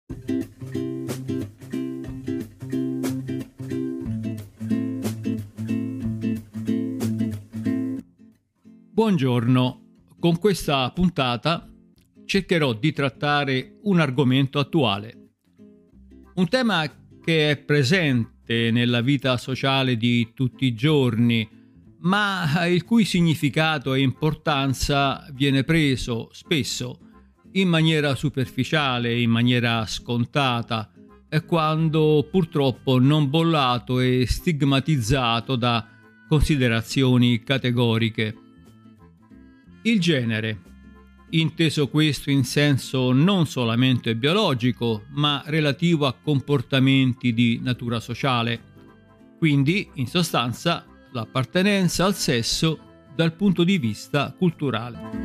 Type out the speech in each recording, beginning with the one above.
Buongiorno, con questa puntata cercherò di trattare un argomento attuale, un tema che è presente nella vita sociale di tutti i giorni, ma il cui significato e importanza viene preso spesso in maniera superficiale, in maniera scontata, quando purtroppo non bollato e stigmatizzato da considerazioni categoriche. Il genere, inteso questo in senso non solamente biologico, ma relativo a comportamenti di natura sociale, quindi in sostanza l'appartenenza al sesso dal punto di vista culturale.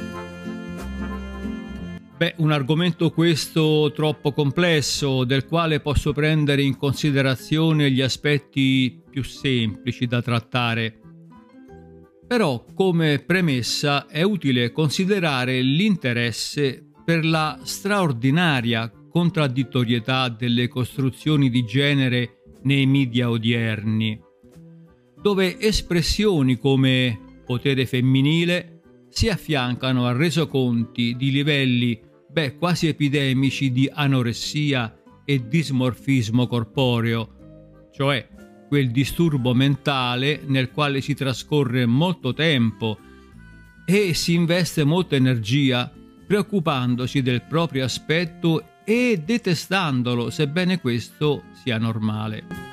Un argomento questo troppo complesso, del quale posso prendere in considerazione gli aspetti più semplici da trattare. Però, come premessa, è utile considerare l'interesse per la straordinaria contraddittorietà delle costruzioni di genere nei media odierni, dove espressioni come potere femminile si affiancano a resoconti di livelli quasi epidemici di anoressia e dismorfismo corporeo, cioè quel disturbo mentale nel quale si trascorre molto tempo e si investe molta energia preoccupandosi del proprio aspetto e detestandolo, sebbene questo sia normale.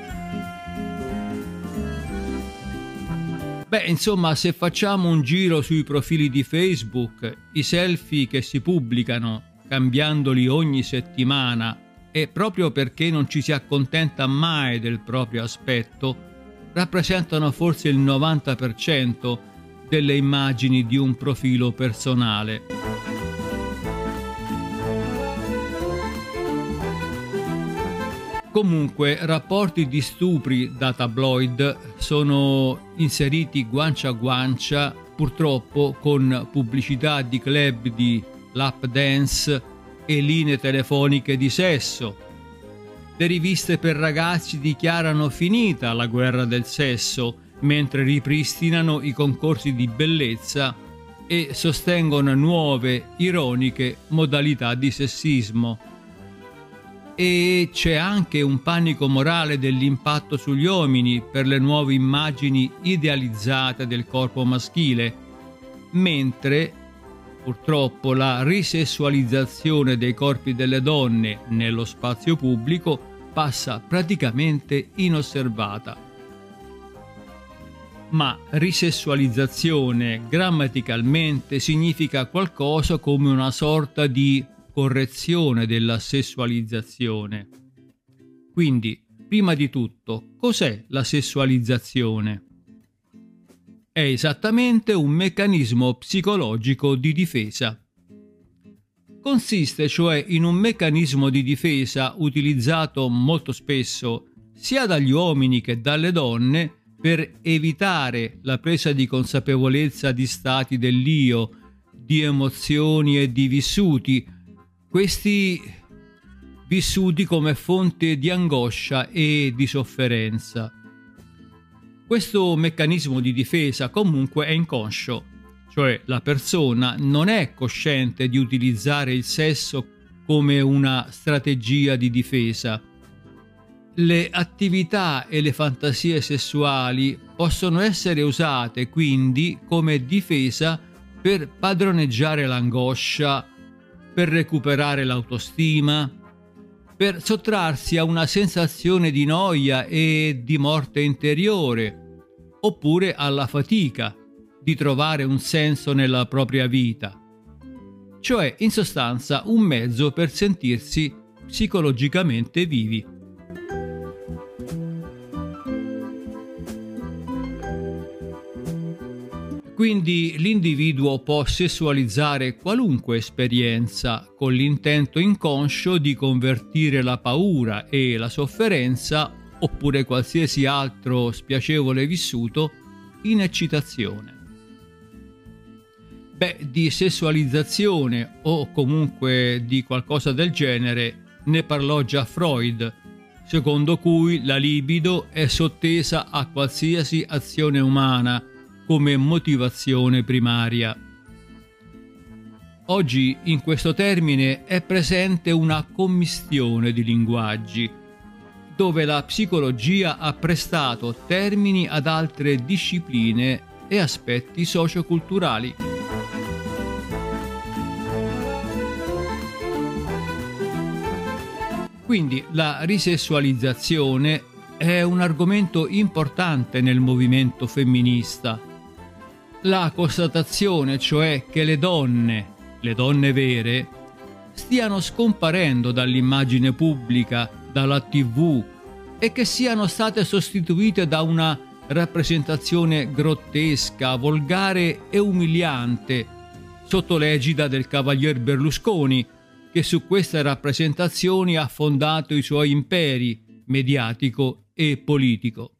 Insomma, se facciamo un giro sui profili di Facebook, i selfie che si pubblicano, cambiandoli ogni settimana, e proprio perché non ci si accontenta mai del proprio aspetto, rappresentano forse il 90% delle immagini di un profilo personale. Comunque, rapporti di stupri da tabloid sono inseriti guancia a guancia, purtroppo, con pubblicità di club di lap dance e linee telefoniche di sesso. Le riviste per ragazzi dichiarano finita la guerra del sesso, mentre ripristinano i concorsi di bellezza e sostengono nuove, ironiche modalità di sessismo. E c'è anche un panico morale dell'impatto sugli uomini per le nuove immagini idealizzate del corpo maschile, mentre purtroppo la risessualizzazione dei corpi delle donne nello spazio pubblico passa praticamente inosservata. Ma risessualizzazione grammaticalmente significa qualcosa come una sorta di correzione della sessualizzazione. Quindi, prima di tutto, cos'è la sessualizzazione? È esattamente un meccanismo psicologico di difesa. Consiste cioè in un meccanismo di difesa utilizzato molto spesso sia dagli uomini che dalle donne per evitare la presa di consapevolezza di stati dell'io, di emozioni e di vissuti, questi vissuti come fonte di angoscia e di sofferenza. Questo meccanismo di difesa comunque è inconscio, cioè la persona non è cosciente di utilizzare il sesso come una strategia di difesa. Le attività e le fantasie sessuali possono essere usate quindi come difesa per padroneggiare l'angoscia, per recuperare l'autostima, per sottrarsi a una sensazione di noia e di morte interiore, oppure alla fatica di trovare un senso nella propria vita. Cioè, in sostanza, un mezzo per sentirsi psicologicamente vivi. Quindi l'individuo può sessualizzare qualunque esperienza con l'intento inconscio di convertire la paura e la sofferenza, oppure qualsiasi altro spiacevole vissuto, in eccitazione. Di sessualizzazione o comunque di qualcosa del genere ne parlò già Freud, secondo cui la libido è sottesa a qualsiasi azione umana come motivazione primaria. Oggi in questo termine è presente una commistione di linguaggi, dove la psicologia ha prestato termini ad altre discipline e aspetti socioculturali. Quindi la risessualizzazione è un argomento importante nel movimento femminista. La constatazione, cioè, che le donne vere, stiano scomparendo dall'immagine pubblica, dalla TV, e che siano state sostituite da una rappresentazione grottesca, volgare e umiliante, sotto l'egida del cavalier Berlusconi, che su queste rappresentazioni ha fondato i suoi imperi mediatico e politico.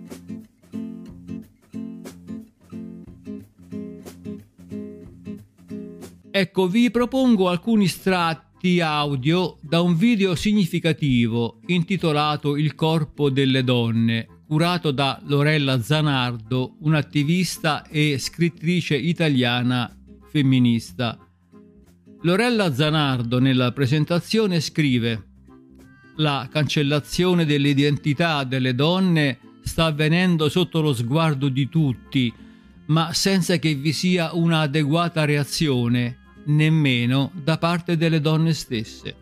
Ecco, vi propongo alcuni estratti audio da un video significativo intitolato Il corpo delle donne, curato da Lorella Zanardo, un'attivista e scrittrice italiana femminista. Lorella Zanardo nella presentazione scrive: la cancellazione dell'identità delle donne sta avvenendo sotto lo sguardo di tutti, ma senza che vi sia un'adeguata reazione, nemmeno da parte delle donne stesse.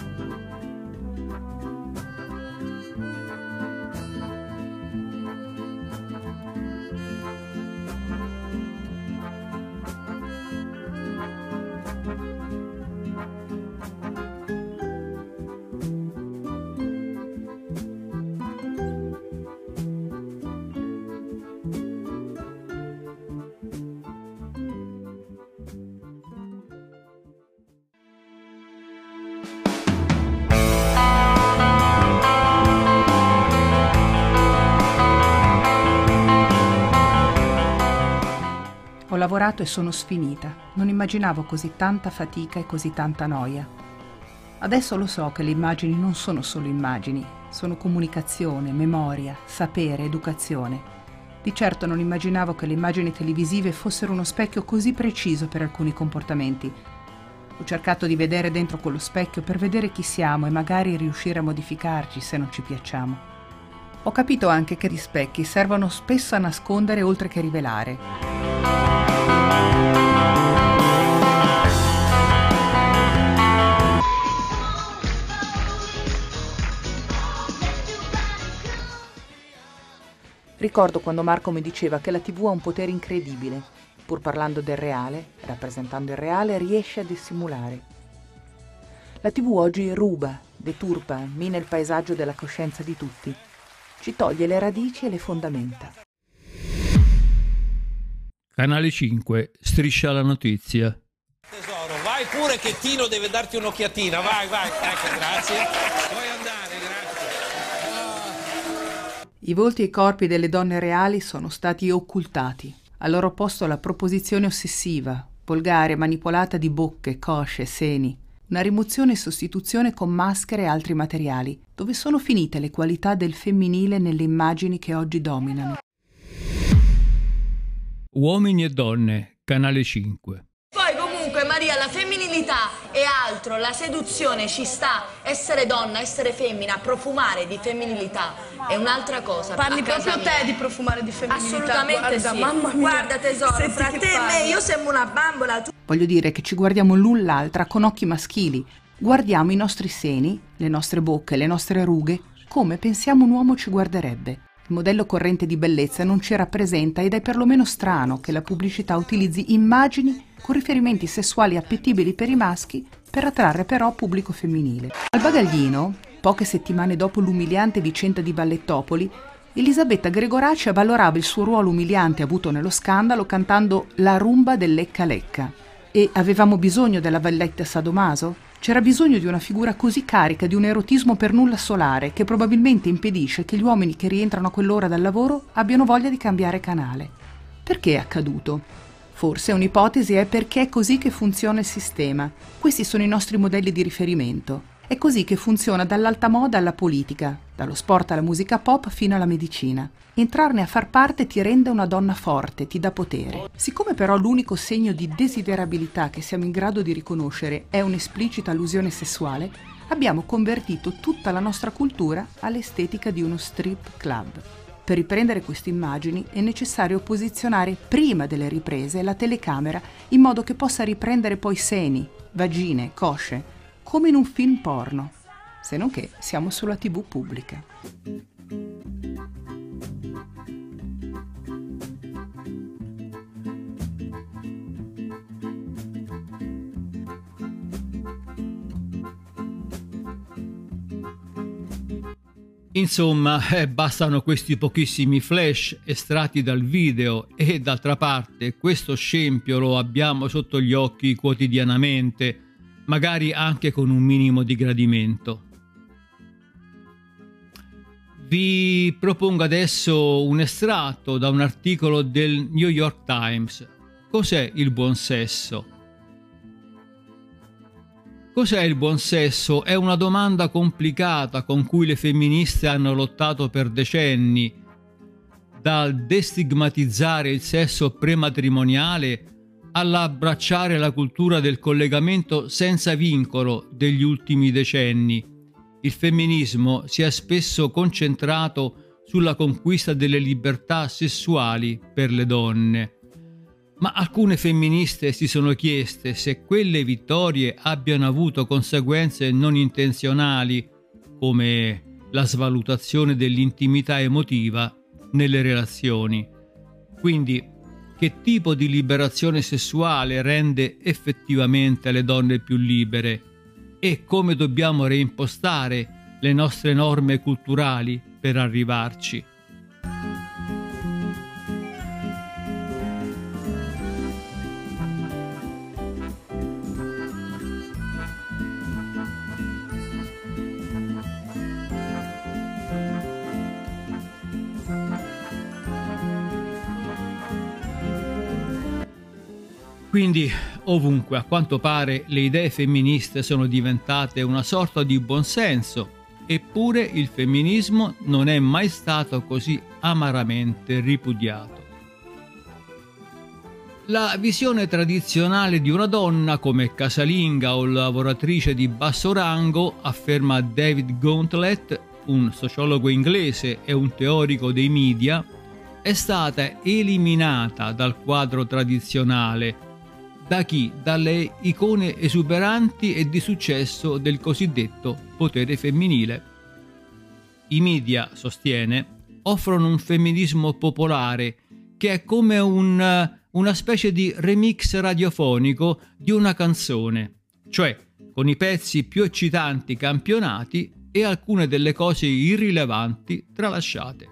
Ho lavorato e sono sfinita. Non immaginavo così tanta fatica e così tanta noia. Adesso lo so che le immagini non sono solo immagini, sono comunicazione, memoria, sapere, educazione. Di certo non immaginavo che le immagini televisive fossero uno specchio così preciso per alcuni comportamenti. Ho cercato di vedere dentro quello specchio per vedere chi siamo e magari riuscire a modificarci se non ci piacciamo. Ho capito anche che gli specchi servono spesso a nascondere oltre che rivelare. Ricordo quando Marco mi diceva che la TV ha un potere incredibile. Pur parlando del reale, rappresentando il reale, riesce a dissimulare. La TV oggi ruba, deturpa, mina il paesaggio della coscienza di tutti. Ci toglie le radici e le fondamenta. Canale 5, Striscia la notizia. Tesoro, vai pure che Tino deve darti un'occhiatina, vai, ecco, grazie. Puoi andare, grazie. I volti e i corpi delle donne reali sono stati occultati. Al loro posto la proposizione ossessiva, volgare, manipolata di bocche, cosce, seni. Una rimozione e sostituzione con maschere e altri materiali. Dove sono finite le qualità del femminile nelle immagini che oggi dominano? Uomini e donne, Canale 5. Poi comunque Maria, la femminilità è altro, la seduzione ci sta, essere donna, essere femmina, profumare di femminilità è un'altra cosa. Parli proprio te di profumare di femminilità. Assolutamente. Guarda, sì. Mamma mia. Guarda tesoro, Senti fra che te e parli. me io sembro una bambola. Voglio dire che ci guardiamo l'un l'altra con occhi maschili. Guardiamo i nostri seni, le nostre bocche, le nostre rughe, come pensiamo un uomo ci guarderebbe. Il modello corrente di bellezza non ci rappresenta ed è perlomeno strano che la pubblicità utilizzi immagini con riferimenti sessuali appetibili per i maschi per attrarre però pubblico femminile. Al Bagaglino, poche settimane dopo l'umiliante vicenda di Ballettopoli, Elisabetta Gregoraci avvalorava il suo ruolo umiliante avuto nello scandalo cantando La rumba del Lecca Lecca. E avevamo bisogno della Valletta Sadomaso? C'era bisogno di una figura così carica di un erotismo per nulla solare che probabilmente impedisce che gli uomini che rientrano a quell'ora dal lavoro abbiano voglia di cambiare canale. Perché è accaduto? Forse un'ipotesi è perché è così che funziona il sistema. Questi sono i nostri modelli di riferimento. È così che funziona dall'alta moda alla politica, dallo sport alla musica pop fino alla medicina. Entrarne a far parte ti rende una donna forte, ti dà potere. Siccome però l'unico segno di desiderabilità che siamo in grado di riconoscere è un'esplicita allusione sessuale, abbiamo convertito tutta la nostra cultura all'estetica di uno strip club. Per riprendere queste immagini è necessario posizionare prima delle riprese la telecamera in modo che possa riprendere poi seni, vagine, cosce, come in un film porno, se non che siamo sulla TV pubblica. Insomma, bastano questi pochissimi flash estratti dal video e d'altra parte questo scempio lo abbiamo sotto gli occhi quotidianamente, magari anche con un minimo di gradimento. Vi propongo adesso un estratto da un articolo del New York Times. Cos'è il buon sesso? Cos'è il buon sesso? È una domanda complicata con cui le femministe hanno lottato per decenni, dal destigmatizzare il sesso prematrimoniale all'abbracciare la cultura del collegamento senza vincolo degli ultimi decenni. Il femminismo si è spesso concentrato sulla conquista delle libertà sessuali per le donne. Ma alcune femministe si sono chieste se quelle vittorie abbiano avuto conseguenze non intenzionali, come la svalutazione dell'intimità emotiva nelle relazioni. Quindi, che tipo di liberazione sessuale rende effettivamente le donne più libere e come dobbiamo reimpostare le nostre norme culturali per arrivarci? Quindi, ovunque, a quanto pare, le idee femministe sono diventate una sorta di buonsenso, eppure il femminismo non è mai stato così amaramente ripudiato. La visione tradizionale di una donna come casalinga o lavoratrice di basso rango, afferma David Gauntlet, un sociologo inglese e un teorico dei media, è stata eliminata dal quadro tradizionale. Da chi? Dalle icone esuberanti e di successo del cosiddetto potere femminile. I media, sostiene, offrono un femminismo popolare che è come una specie di remix radiofonico di una canzone, cioè con i pezzi più eccitanti campionati e alcune delle cose irrilevanti tralasciate.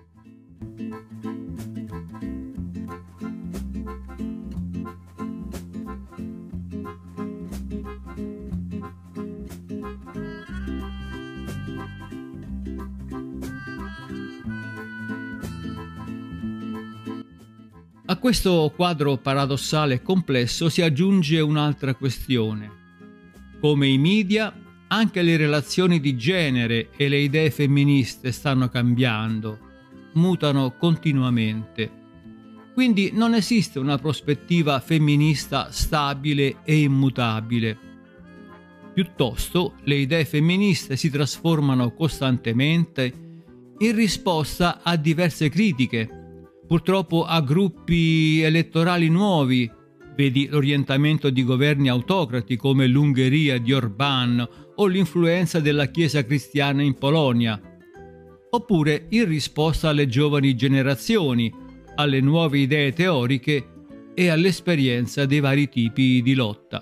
A questo quadro paradossale e complesso si aggiunge un'altra questione. Come i media, anche le relazioni di genere e le idee femministe stanno cambiando, mutano continuamente. Quindi non esiste una prospettiva femminista stabile e immutabile. Piuttosto, le idee femministe si trasformano costantemente in risposta a diverse critiche, purtroppo a gruppi elettorali nuovi, vedi l'orientamento di governi autocrati come l'Ungheria di Orbán o l'influenza della Chiesa cristiana in Polonia, oppure in risposta alle giovani generazioni, alle nuove idee teoriche e all'esperienza dei vari tipi di lotta.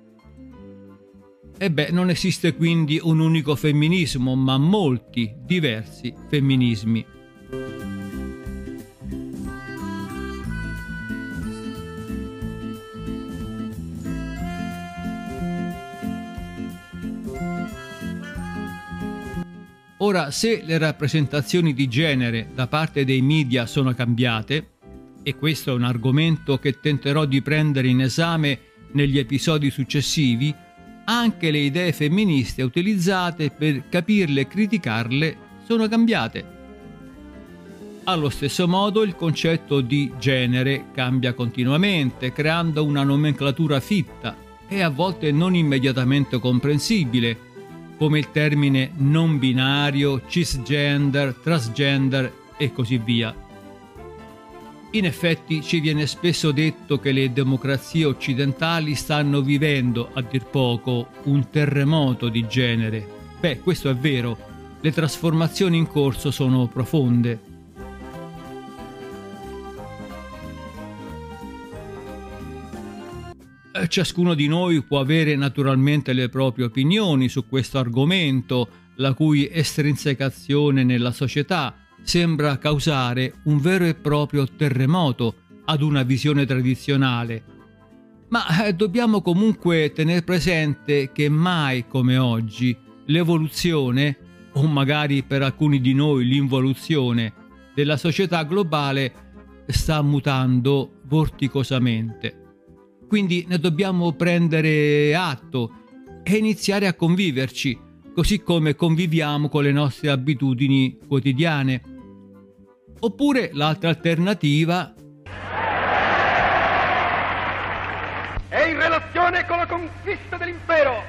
Non esiste quindi un unico femminismo, ma molti diversi femminismi. Ora, se le rappresentazioni di genere da parte dei media sono cambiate, e questo è un argomento che tenterò di prendere in esame negli episodi successivi, anche le idee femministe utilizzate per capirle e criticarle sono cambiate. Allo stesso modo il concetto di genere cambia continuamente, creando una nomenclatura fitta e a volte non immediatamente comprensibile, come il termine non binario, cisgender, transgender e così via. In effetti ci viene spesso detto che le democrazie occidentali stanno vivendo, a dir poco, un terremoto di genere. Beh, questo è vero, le trasformazioni in corso sono profonde. Ciascuno di noi può avere naturalmente le proprie opinioni su questo argomento, la cui estrinsecazione nella società sembra causare un vero e proprio terremoto ad una visione tradizionale. Ma dobbiamo comunque tener presente che mai come oggi l'evoluzione, o magari per alcuni di noi l'involuzione, della società globale sta mutando vorticosamente. Quindi ne dobbiamo prendere atto e iniziare a conviverci, così come conviviamo con le nostre abitudini quotidiane. Oppure l'altra alternativa è in relazione con la conquista dell'impero,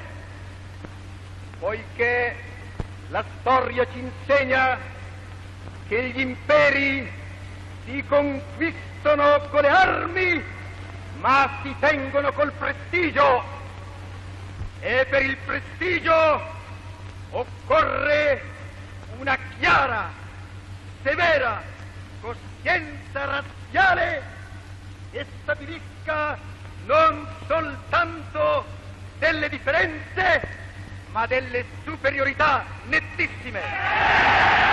poiché la storia ci insegna che gli imperi si conquistano con le armi, ma si tengono col prestigio, e per il prestigio occorre una chiara, severa coscienza razziale che stabilisca non soltanto delle differenze, ma delle superiorità nettissime.